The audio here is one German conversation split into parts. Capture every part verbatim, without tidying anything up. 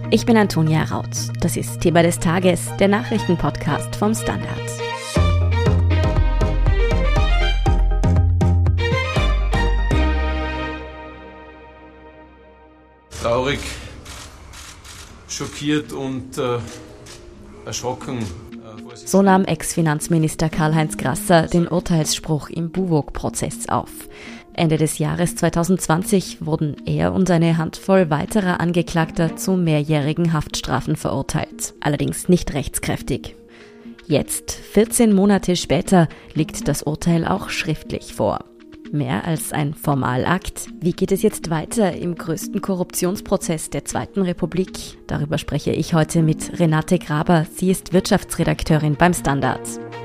Ich bin Antonia Raut. Das ist Thema des Tages, der Nachrichtenpodcast vom Standard. Traurig, schockiert und äh, erschrocken. So nahm Ex-Finanzminister Karl-Heinz Grasser den Urteilsspruch im Buwog-Prozess auf. Ende des Jahres zweitausendzwanzig wurden er und eine Handvoll weiterer Angeklagter zu mehrjährigen Haftstrafen verurteilt, allerdings nicht rechtskräftig. Jetzt, vierzehn Monate später, liegt das Urteil auch schriftlich vor. Mehr als ein Formalakt. Wie geht es jetzt weiter im größten Korruptionsprozess der Zweiten Republik? Darüber spreche ich heute mit Renate Graber. Sie ist Wirtschaftsredakteurin beim Standard.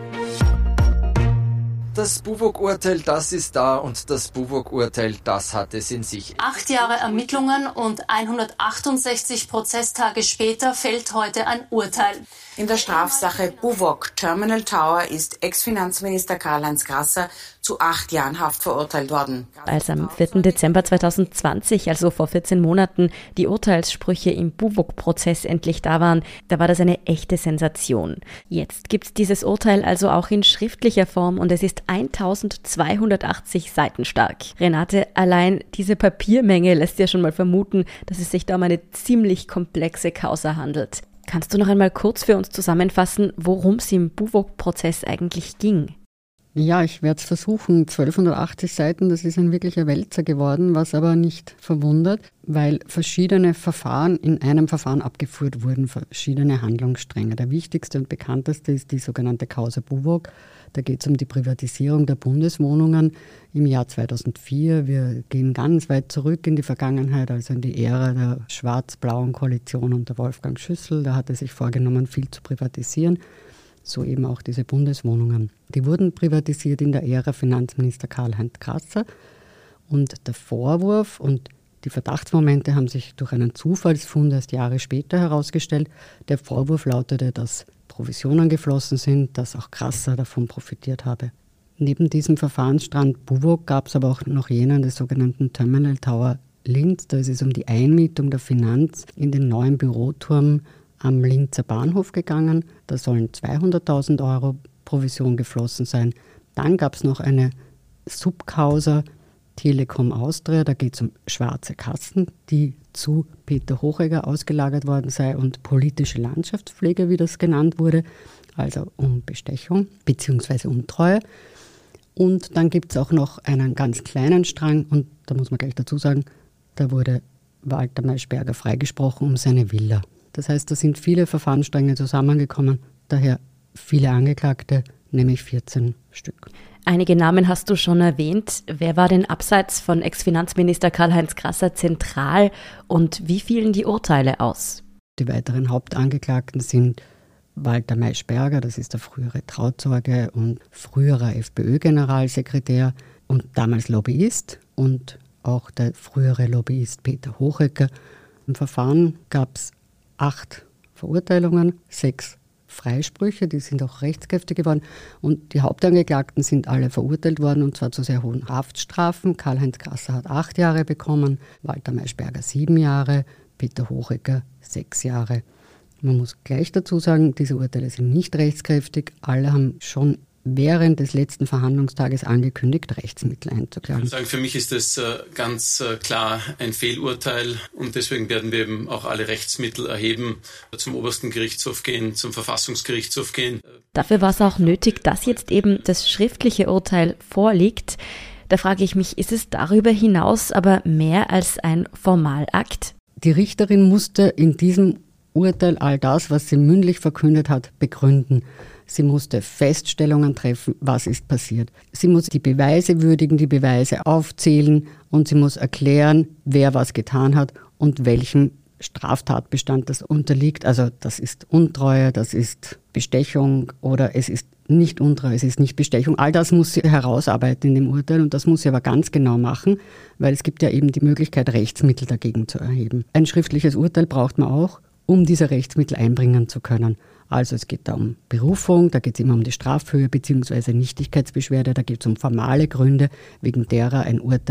Das Buwog-Urteil, das ist da und das Buwog-Urteil, das hat es in sich. Acht Jahre Ermittlungen und hundertachtundsechzig Prozesstage später fällt heute ein Urteil. In der Strafsache Buwog Terminal Tower ist Ex-Finanzminister Karl-Heinz Grasser zu acht Jahren Haft verurteilt worden. Als am vierten Dezember zweitausendzwanzig, also vor vierzehn Monaten, die Urteilssprüche im Buwog-Prozess endlich da waren, da war das eine echte Sensation. Jetzt gibt's dieses Urteil also auch in schriftlicher Form und es ist eintausendzweihundertachtzig Seiten stark. Renate, allein diese Papiermenge lässt ja schon mal vermuten, dass es sich da um eine ziemlich komplexe Causa handelt. Kannst du noch einmal kurz für uns zusammenfassen, worum es im Buwog-Prozess eigentlich ging? Ja, ich werde es versuchen. zwölfhundertachtzig Seiten, das ist ein wirklicher Wälzer geworden, was aber nicht verwundert, weil verschiedene Verfahren in einem Verfahren abgeführt wurden, verschiedene Handlungsstränge. Der wichtigste und bekannteste ist die sogenannte Causa Buwog. Da geht es um die Privatisierung der Bundeswohnungen im Jahr zweitausendvier. Wir gehen ganz weit zurück in die Vergangenheit, also in die Ära der schwarz-blauen Koalition unter Wolfgang Schüssel. Da hat er sich vorgenommen, viel zu privatisieren. So eben auch diese Bundeswohnungen. Die wurden privatisiert in der Ära Finanzminister Karl-Heinz Grasser. Und der Vorwurf und die Verdachtsmomente haben sich durch einen Zufallsfund erst Jahre später herausgestellt. Der Vorwurf lautete, dass Provisionen geflossen sind, dass auch Grasser davon profitiert habe. Neben diesem Verfahrensstrand Buwog gab es aber auch noch jenen des sogenannten Terminal Tower Linz. Da ist es um die Einmietung der Finanz in den neuen Büroturm am Linzer Bahnhof gegangen. Da sollen zweihunderttausend Euro Provision geflossen sein. Dann gab es noch eine Subcausa Telekom Austria. Da geht es um schwarze Kassen, die zu Peter Hochegger ausgelagert worden sei und politische Landschaftspflege, wie das genannt wurde, also um Bestechung bzw. Untreue. Und dann gibt es auch noch einen ganz kleinen Strang und da muss man gleich dazu sagen, da wurde Walter Maischberger freigesprochen um seine Villa. Das heißt, da sind viele Verfahrensstränge zusammengekommen, daher viele Angeklagte, nämlich vierzehn Stück. Einige Namen hast du schon erwähnt. Wer war denn abseits von Ex-Finanzminister Karl-Heinz Grasser zentral und wie fielen die Urteile aus? Die weiteren Hauptangeklagten sind Walter Maischberger, das ist der frühere Trauzeuge und früherer FPÖ-Generalsekretär und damals Lobbyist, und auch der frühere Lobbyist Peter Hochegger. Im Verfahren gab es acht Verurteilungen, sechs Freisprüche, die sind auch rechtskräftig geworden. Und die Hauptangeklagten sind alle verurteilt worden, und zwar zu sehr hohen Haftstrafen. Karl-Heinz Grasser hat acht Jahre bekommen, Walter Maischberger sieben Jahre, Peter Hochegger sechs Jahre. Man muss gleich dazu sagen, diese Urteile sind nicht rechtskräftig. Alle haben schon während des letzten Verhandlungstages angekündigt, Rechtsmittel einzuklagen. Ich würde sagen, für mich ist das äh, ganz äh, klar ein Fehlurteil und deswegen werden wir eben auch alle Rechtsmittel erheben, zum obersten Gerichtshof gehen, zum Verfassungsgerichtshof gehen. Dafür war es auch nötig, dass jetzt eben das schriftliche Urteil vorliegt. Da frage ich mich, ist es darüber hinaus aber mehr als ein Formalakt? Die Richterin musste in diesem Urteil all das, was sie mündlich verkündet hat, begründen. Sie musste Feststellungen treffen, was ist passiert. Sie muss die Beweise würdigen, die Beweise aufzählen und sie muss erklären, wer was getan hat und welchem Straftatbestand das unterliegt. Also das ist Untreue, das ist Bestechung oder es ist nicht Untreue, es ist nicht Bestechung. All das muss sie herausarbeiten in dem Urteil und das muss sie aber ganz genau machen, weil es gibt ja eben die Möglichkeit, Rechtsmittel dagegen zu erheben. Ein schriftliches Urteil braucht man auch, um diese Rechtsmittel einbringen zu können. Also es geht da um Berufung, da geht es immer um die Strafhöhe bzw. Nichtigkeitsbeschwerde, da geht es um formale Gründe, wegen derer ein Urteil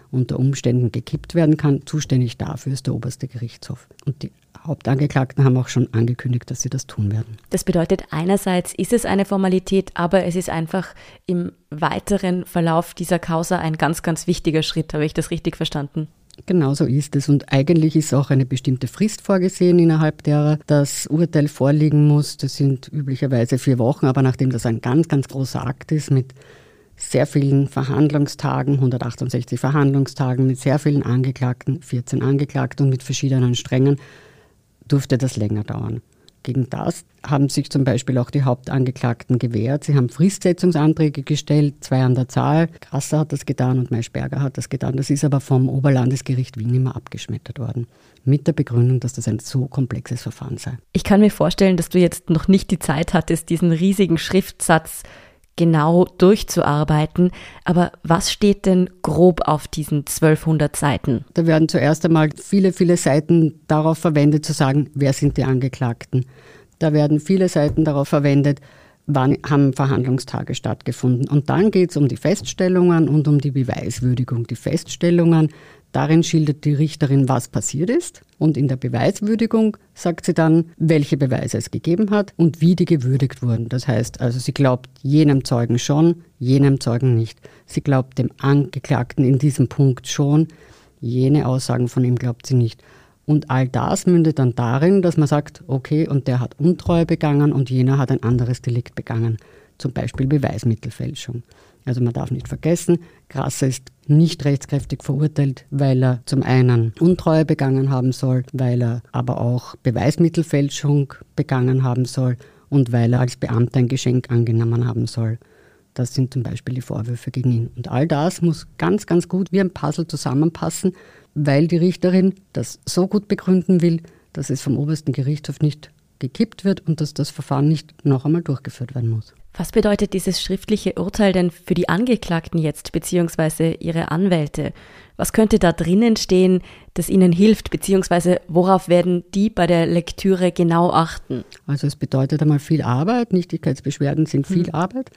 unter Umständen gekippt werden kann. Zuständig dafür ist der oberste Gerichtshof. Und die Hauptangeklagten haben auch schon angekündigt, dass sie das tun werden. Das bedeutet, einerseits ist es eine Formalität, aber es ist einfach im weiteren Verlauf dieser Causa ein ganz, ganz wichtiger Schritt. Habe ich das richtig verstanden? Genau so ist es. Und eigentlich ist auch eine bestimmte Frist vorgesehen, innerhalb derer das Urteil vorliegen muss. Das sind üblicherweise vier Wochen, aber nachdem das ein ganz, ganz großer Akt ist mit sehr vielen Verhandlungstagen, hundertachtundsechzig Verhandlungstagen, mit sehr vielen Angeklagten, vierzehn Angeklagten und mit verschiedenen Strängen, durfte das länger dauern. Gegen das haben sich zum Beispiel auch die Hauptangeklagten gewehrt. Sie haben Fristsetzungsanträge gestellt, zwei an der Zahl. Grasser hat das getan und Maischberger hat das getan. Das ist aber vom Oberlandesgericht Wien immer abgeschmettert worden. Mit der Begründung, dass das ein so komplexes Verfahren sei. Ich kann mir vorstellen, dass du jetzt noch nicht die Zeit hattest, diesen riesigen Schriftsatz genau durchzuarbeiten. Aber was steht denn grob auf diesen zwölfhundert Seiten? Da werden zuerst einmal viele, viele Seiten darauf verwendet, zu sagen, wer sind die Angeklagten. Da werden viele Seiten darauf verwendet, wann haben Verhandlungstage stattgefunden. Und dann geht es um die Feststellungen und um die Beweiswürdigung. Die Feststellungen, darin schildert die Richterin, was passiert ist. Und in der Beweiswürdigung sagt sie dann, welche Beweise es gegeben hat und wie die gewürdigt wurden. Das heißt, also sie glaubt jenem Zeugen schon, jenem Zeugen nicht. Sie glaubt dem Angeklagten in diesem Punkt schon, jene Aussagen von ihm glaubt sie nicht. Und all das mündet dann darin, dass man sagt, okay, und der hat Untreue begangen und jener hat ein anderes Delikt begangen. Zum Beispiel Beweismittelfälschung. Also man darf nicht vergessen, Grasser ist nicht rechtskräftig verurteilt, weil er zum einen Untreue begangen haben soll, weil er aber auch Beweismittelfälschung begangen haben soll und weil er als Beamter ein Geschenk angenommen haben soll. Das sind zum Beispiel die Vorwürfe gegen ihn. Und all das muss ganz, ganz gut wie ein Puzzle zusammenpassen, weil die Richterin das so gut begründen will, dass es vom obersten Gerichtshof nicht gekippt wird und dass das Verfahren nicht noch einmal durchgeführt werden muss. Was bedeutet dieses schriftliche Urteil denn für die Angeklagten jetzt, beziehungsweise ihre Anwälte? Was könnte da drinnen stehen, das ihnen hilft, beziehungsweise worauf werden die bei der Lektüre genau achten? Also es bedeutet einmal viel Arbeit, Nichtigkeitsbeschwerden sind viel hm. Arbeit.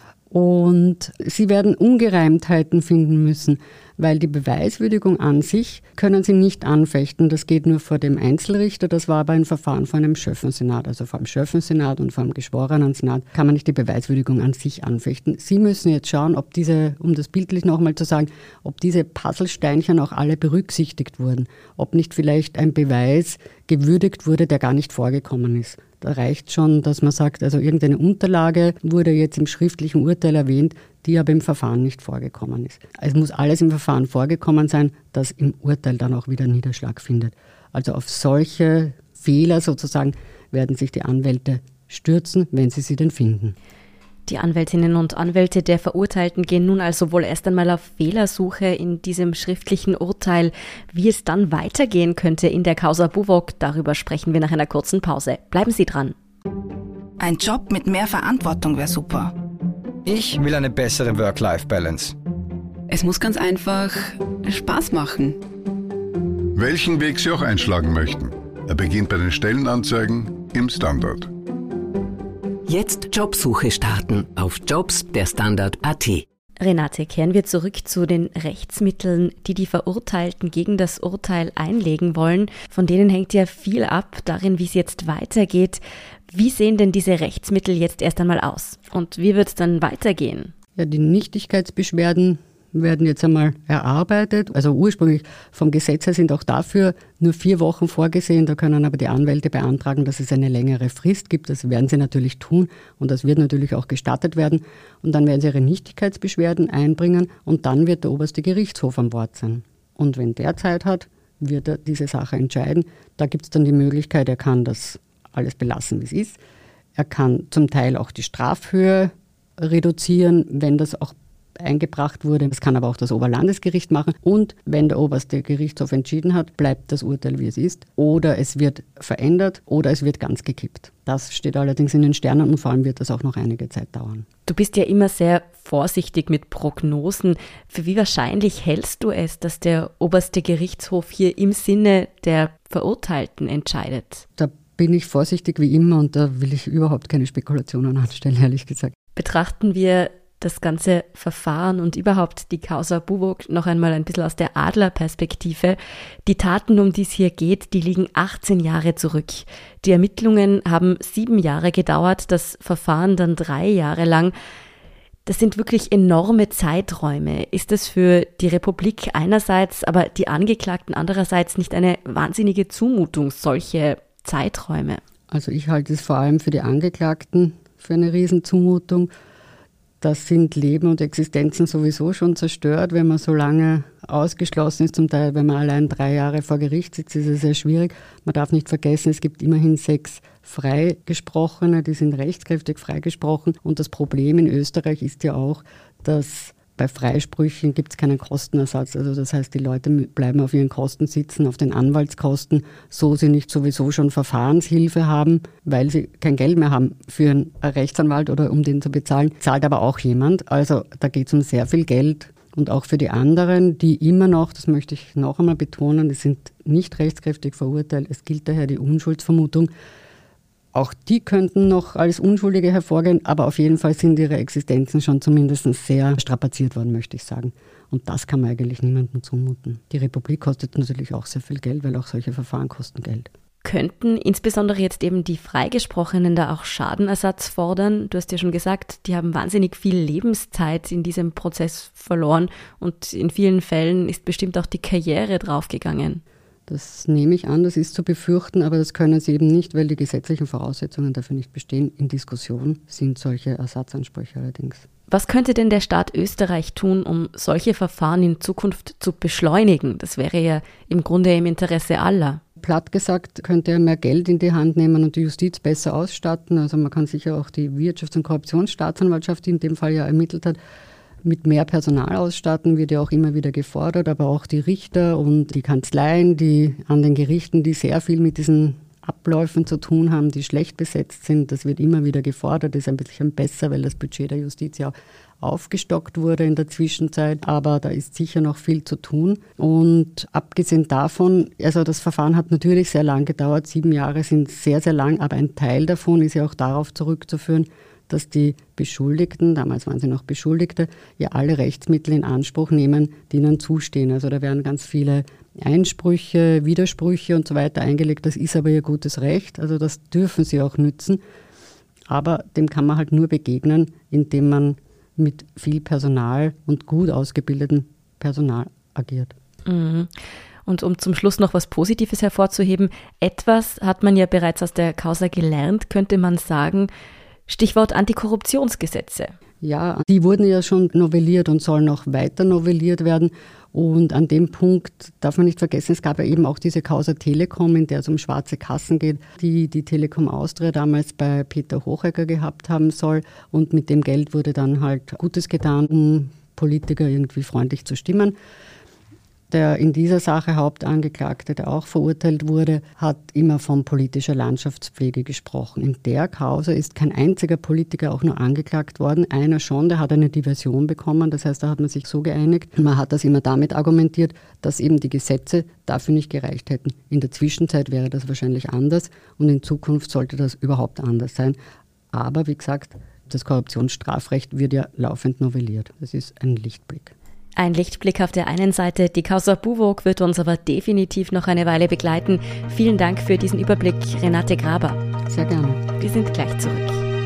Und sie werden Ungereimtheiten finden müssen, weil die Beweiswürdigung an sich können sie nicht anfechten. Das geht nur vor dem Einzelrichter. Das war aber ein Verfahren vor einem Schöffensenat. Also vor dem Schöffensenat und vor dem Geschworenensenat kann man nicht die Beweiswürdigung an sich anfechten. Sie müssen jetzt schauen, ob diese, um das bildlich nochmal zu sagen, ob diese Puzzlesteinchen auch alle berücksichtigt wurden. Ob nicht vielleicht ein Beweis gewürdigt wurde, der gar nicht vorgekommen ist. Da reicht schon, dass man sagt, also irgendeine Unterlage wurde jetzt im schriftlichen Urteil erwähnt, die aber im Verfahren nicht vorgekommen ist. Es muss alles im Verfahren vorgekommen sein, das im Urteil dann auch wieder Niederschlag findet. Also auf solche Fehler sozusagen werden sich die Anwälte stürzen, wenn sie sie denn finden. Die Anwältinnen und Anwälte der Verurteilten gehen nun also wohl erst einmal auf Fehlersuche in diesem schriftlichen Urteil. Wie es dann weitergehen könnte in der Causa Buwok, darüber sprechen wir nach einer kurzen Pause. Bleiben Sie dran. Ein Job mit mehr Verantwortung wäre super. Ich will eine bessere Work-Life-Balance. Es muss ganz einfach Spaß machen. Welchen Weg Sie auch einschlagen möchten. Er beginnt bei den Stellenanzeigen im Standard. Jetzt Jobsuche starten auf Jobs der Standard punkt a t. Renate, kehren wir zurück zu den Rechtsmitteln, die die Verurteilten gegen das Urteil einlegen wollen. Von denen hängt ja viel ab, darin, wie es jetzt weitergeht. Wie sehen denn diese Rechtsmittel jetzt erst einmal aus? Und wie wird es dann weitergehen? Ja, die Nichtigkeitsbeschwerden werden jetzt einmal erarbeitet. Also ursprünglich vom Gesetz her sind auch dafür nur vier Wochen vorgesehen. Da können aber die Anwälte beantragen, dass es eine längere Frist gibt. Das werden sie natürlich tun und das wird natürlich auch gestattet werden. Und dann werden sie ihre Nichtigkeitsbeschwerden einbringen und dann wird der oberste Gerichtshof an Bord sein. Und wenn der Zeit hat, wird er diese Sache entscheiden. Da gibt es dann die Möglichkeit, er kann das alles belassen, wie es ist. Er kann zum Teil auch die Strafhöhe reduzieren, wenn das auch eingebracht wurde. Das kann aber auch das Oberlandesgericht machen. Und wenn der oberste Gerichtshof entschieden hat, bleibt das Urteil, wie es ist. Oder es wird verändert oder es wird ganz gekippt. Das steht allerdings in den Sternen und vor allem wird das auch noch einige Zeit dauern. Du bist ja immer sehr vorsichtig mit Prognosen. Für wie wahrscheinlich hältst du es, dass der oberste Gerichtshof hier im Sinne der Verurteilten entscheidet? Da bin ich vorsichtig wie immer und da will ich überhaupt keine Spekulationen anstellen, ehrlich gesagt. Betrachten wir das ganze Verfahren und überhaupt die Causa Buwog noch einmal ein bisschen aus der Adlerperspektive. Die Taten, um die es hier geht, die liegen achtzehn Jahre zurück. Die Ermittlungen haben sieben Jahre gedauert, das Verfahren dann drei Jahre lang. Das sind wirklich enorme Zeiträume. Ist das für die Republik einerseits, aber die Angeklagten andererseits nicht eine wahnsinnige Zumutung, solche Zeiträume? Also ich halte es vor allem für die Angeklagten für eine Riesenzumutung. Das sind Leben und Existenzen sowieso schon zerstört, wenn man so lange ausgeschlossen ist. Zum Teil, wenn man allein drei Jahre vor Gericht sitzt, ist es sehr schwierig. Man darf nicht vergessen, es gibt immerhin sechs Freigesprochene, die sind rechtskräftig freigesprochen. Und das Problem in Österreich ist ja auch, dass bei Freisprüchen gibt es keinen Kostenersatz. Also das heißt, die Leute bleiben auf ihren Kosten sitzen, auf den Anwaltskosten, so sie nicht sowieso schon Verfahrenshilfe haben, weil sie kein Geld mehr haben für einen Rechtsanwalt oder um den zu bezahlen, zahlt aber auch jemand. Also da geht es um sehr viel Geld. Und auch für die anderen, die immer noch, das möchte ich noch einmal betonen, die sind nicht rechtskräftig verurteilt. Es gilt daher die Unschuldsvermutung. Auch die könnten noch als Unschuldige hervorgehen, aber auf jeden Fall sind ihre Existenzen schon zumindest sehr strapaziert worden, möchte ich sagen. Und das kann man eigentlich niemandem zumuten. Die Republik kostet natürlich auch sehr viel Geld, weil auch solche Verfahren kosten Geld. Könnten insbesondere jetzt eben die Freigesprochenen da auch Schadenersatz fordern? Du hast ja schon gesagt, die haben wahnsinnig viel Lebenszeit in diesem Prozess verloren und in vielen Fällen ist bestimmt auch die Karriere draufgegangen. Das nehme ich an, das ist zu befürchten, aber das können sie eben nicht, weil die gesetzlichen Voraussetzungen dafür nicht bestehen. In Diskussion sind solche Ersatzansprüche allerdings. Was könnte denn der Staat Österreich tun, um solche Verfahren in Zukunft zu beschleunigen? Das wäre ja im Grunde im Interesse aller. Platt gesagt, könnte er mehr Geld in die Hand nehmen und die Justiz besser ausstatten. Also man kann sicher auch die Wirtschafts- und Korruptionsstaatsanwaltschaft, die in dem Fall ja ermittelt hat, mit mehr Personal ausstatten, wird ja auch immer wieder gefordert, aber auch die Richter und die Kanzleien, die an den Gerichten, die sehr viel mit diesen Abläufen zu tun haben, die schlecht besetzt sind, das wird immer wieder gefordert, das ist ein bisschen besser, weil das Budget der Justiz ja aufgestockt wurde in der Zwischenzeit, aber da ist sicher noch viel zu tun. Und abgesehen davon, also das Verfahren hat natürlich sehr lang gedauert, sieben Jahre sind sehr, sehr lang, aber ein Teil davon ist ja auch darauf zurückzuführen, dass die Beschuldigten, damals waren sie noch Beschuldigte, ja alle Rechtsmittel in Anspruch nehmen, die ihnen zustehen. Also da werden ganz viele Einsprüche, Widersprüche und so weiter eingelegt. Das ist aber ihr gutes Recht, also das dürfen sie auch nützen. Aber dem kann man halt nur begegnen, indem man mit viel Personal und gut ausgebildetem Personal agiert. Mhm. Und um zum Schluss noch was Positives hervorzuheben, etwas hat man ja bereits aus der Causa gelernt, könnte man sagen, Stichwort Antikorruptionsgesetze. Ja, die wurden ja schon novelliert und sollen noch weiter novelliert werden. Und an dem Punkt darf man nicht vergessen, es gab ja eben auch diese Causa Telekom, in der es um schwarze Kassen geht, die die Telekom Austria damals bei Peter Hochegger gehabt haben soll. Und mit dem Geld wurde dann halt Gutes getan, um Politiker irgendwie freundlich zu stimmen. Der in dieser Sache Hauptangeklagte, der auch verurteilt wurde, hat immer von politischer Landschaftspflege gesprochen. In der Causa ist kein einziger Politiker auch nur angeklagt worden. Einer schon, der hat eine Diversion bekommen. Das heißt, da hat man sich so geeinigt. Man hat das immer damit argumentiert, dass eben die Gesetze dafür nicht gereicht hätten. In der Zwischenzeit wäre das wahrscheinlich anders und in Zukunft sollte das überhaupt anders sein. Aber wie gesagt, das Korruptionsstrafrecht wird ja laufend novelliert. Das ist ein Lichtblick. Ein Lichtblick auf der einen Seite, die Causa Buwog wird uns aber definitiv noch eine Weile begleiten. Vielen Dank für diesen Überblick, Renate Graber. Sehr gerne. Wir sind gleich zurück.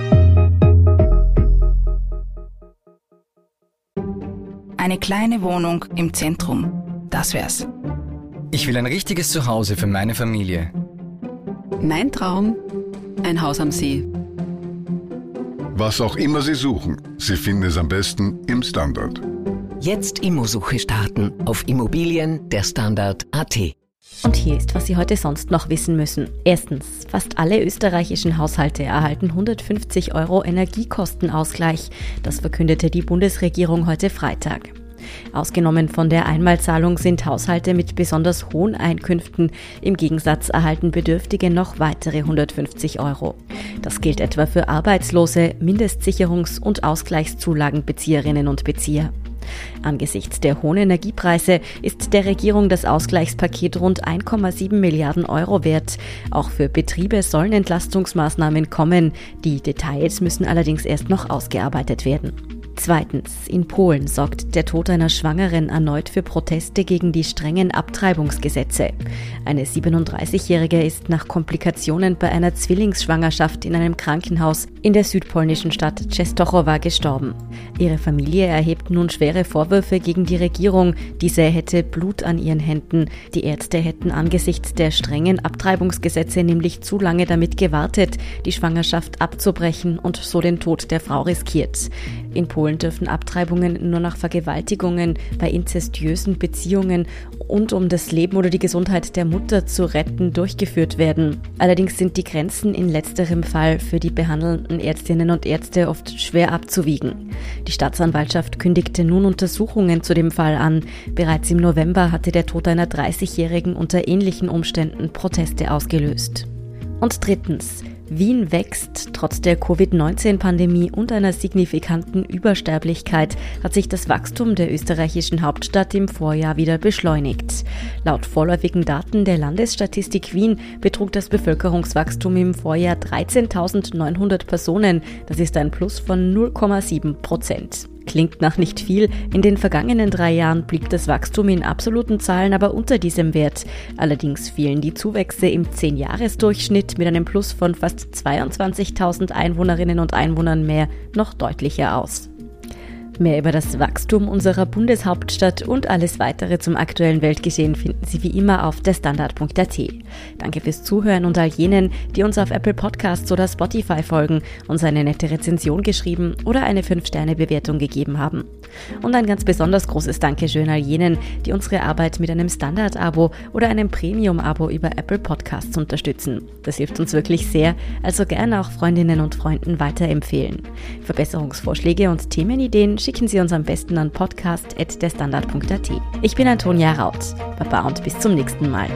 Eine kleine Wohnung im Zentrum, das wär's. Ich will ein richtiges Zuhause für meine Familie. Mein Traum, ein Haus am See. Was auch immer Sie suchen, Sie finden es am besten im Standard. Jetzt Immosuche starten auf Immobilien der Standard Punkt a t. Und hier ist, was Sie heute sonst noch wissen müssen. Erstens, fast alle österreichischen Haushalte erhalten hundertfünfzig Euro Energiekostenausgleich. Das verkündete die Bundesregierung heute Freitag. Ausgenommen von der Einmalzahlung sind Haushalte mit besonders hohen Einkünften. Im Gegensatz erhalten Bedürftige noch weitere hundertfünfzig Euro. Das gilt etwa für Arbeitslose, Mindestsicherungs- und Ausgleichszulagenbezieherinnen und Bezieher. Angesichts der hohen Energiepreise ist der Regierung das Ausgleichspaket rund eins Komma sieben Milliarden Euro wert. Auch für Betriebe sollen Entlastungsmaßnahmen kommen. Die Details müssen allerdings erst noch ausgearbeitet werden. Zweitens. In Polen sorgt der Tod einer Schwangeren erneut für Proteste gegen die strengen Abtreibungsgesetze. Eine siebenunddreißigjährige ist nach Komplikationen bei einer Zwillingsschwangerschaft in einem Krankenhaus in der südpolnischen Stadt Częstochowa gestorben. Ihre Familie erhebt nun schwere Vorwürfe gegen die Regierung. Diese hätte Blut an ihren Händen. Die Ärzte hätten angesichts der strengen Abtreibungsgesetze nämlich zu lange damit gewartet, die Schwangerschaft abzubrechen und so den Tod der Frau riskiert. In Polen dürfen Abtreibungen nur nach Vergewaltigungen, bei inzestiösen Beziehungen und um das Leben oder die Gesundheit der Mutter zu retten durchgeführt werden. Allerdings sind die Grenzen in letzterem Fall für die behandelnden Ärztinnen und Ärzte oft schwer abzuwiegen. Die Staatsanwaltschaft kündigte nun Untersuchungen zu dem Fall an. Bereits im November hatte der Tod einer dreißigjährigen unter ähnlichen Umständen Proteste ausgelöst. Und drittens. Wien wächst. Trotz der Covid neunzehn Pandemie und einer signifikanten Übersterblichkeit hat sich das Wachstum der österreichischen Hauptstadt im Vorjahr wieder beschleunigt. Laut vorläufigen Daten der Landesstatistik Wien betrug das Bevölkerungswachstum im Vorjahr dreizehntausendneunhundert Personen. Das ist ein Plus von null Komma sieben Prozent. Klingt nach nicht viel. In den vergangenen drei Jahren blieb das Wachstum in absoluten Zahlen aber unter diesem Wert. Allerdings fielen die Zuwächse im zehn-Jahres-Durchschnitt mit einem Plus von fast zweiundzwanzigtausend Einwohnerinnen und Einwohnern mehr noch deutlicher aus. Mehr über das Wachstum unserer Bundeshauptstadt und alles weitere zum aktuellen Weltgeschehen finden Sie wie immer auf der Standard punkt a t. Danke fürs Zuhören und all jenen, die uns auf Apple Podcasts oder Spotify folgen, uns eine nette Rezension geschrieben oder eine fünf Sterne Bewertung gegeben haben. Und ein ganz besonders großes Dankeschön all jenen, die unsere Arbeit mit einem Standard-Abo oder einem Premium-Abo über Apple Podcasts unterstützen. Das hilft uns wirklich sehr, also gerne auch Freundinnen und Freunden weiterempfehlen. Verbesserungsvorschläge und Themenideen schicken Sie uns am besten an podcast at der standard punkt a t. Ich bin Antonia Raut. Baba und bis zum nächsten Mal.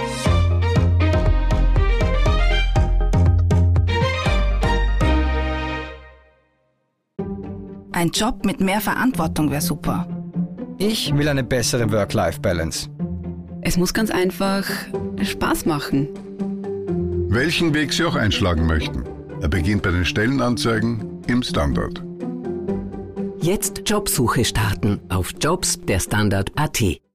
Ein Job mit mehr Verantwortung wäre super. Ich will eine bessere Work-Life-Balance. Es muss ganz einfach Spaß machen. Welchen Weg Sie auch einschlagen möchten. Er beginnt bei den Stellenanzeigen im Standard. Jetzt Jobsuche starten auf jobs der Standard punkt a t.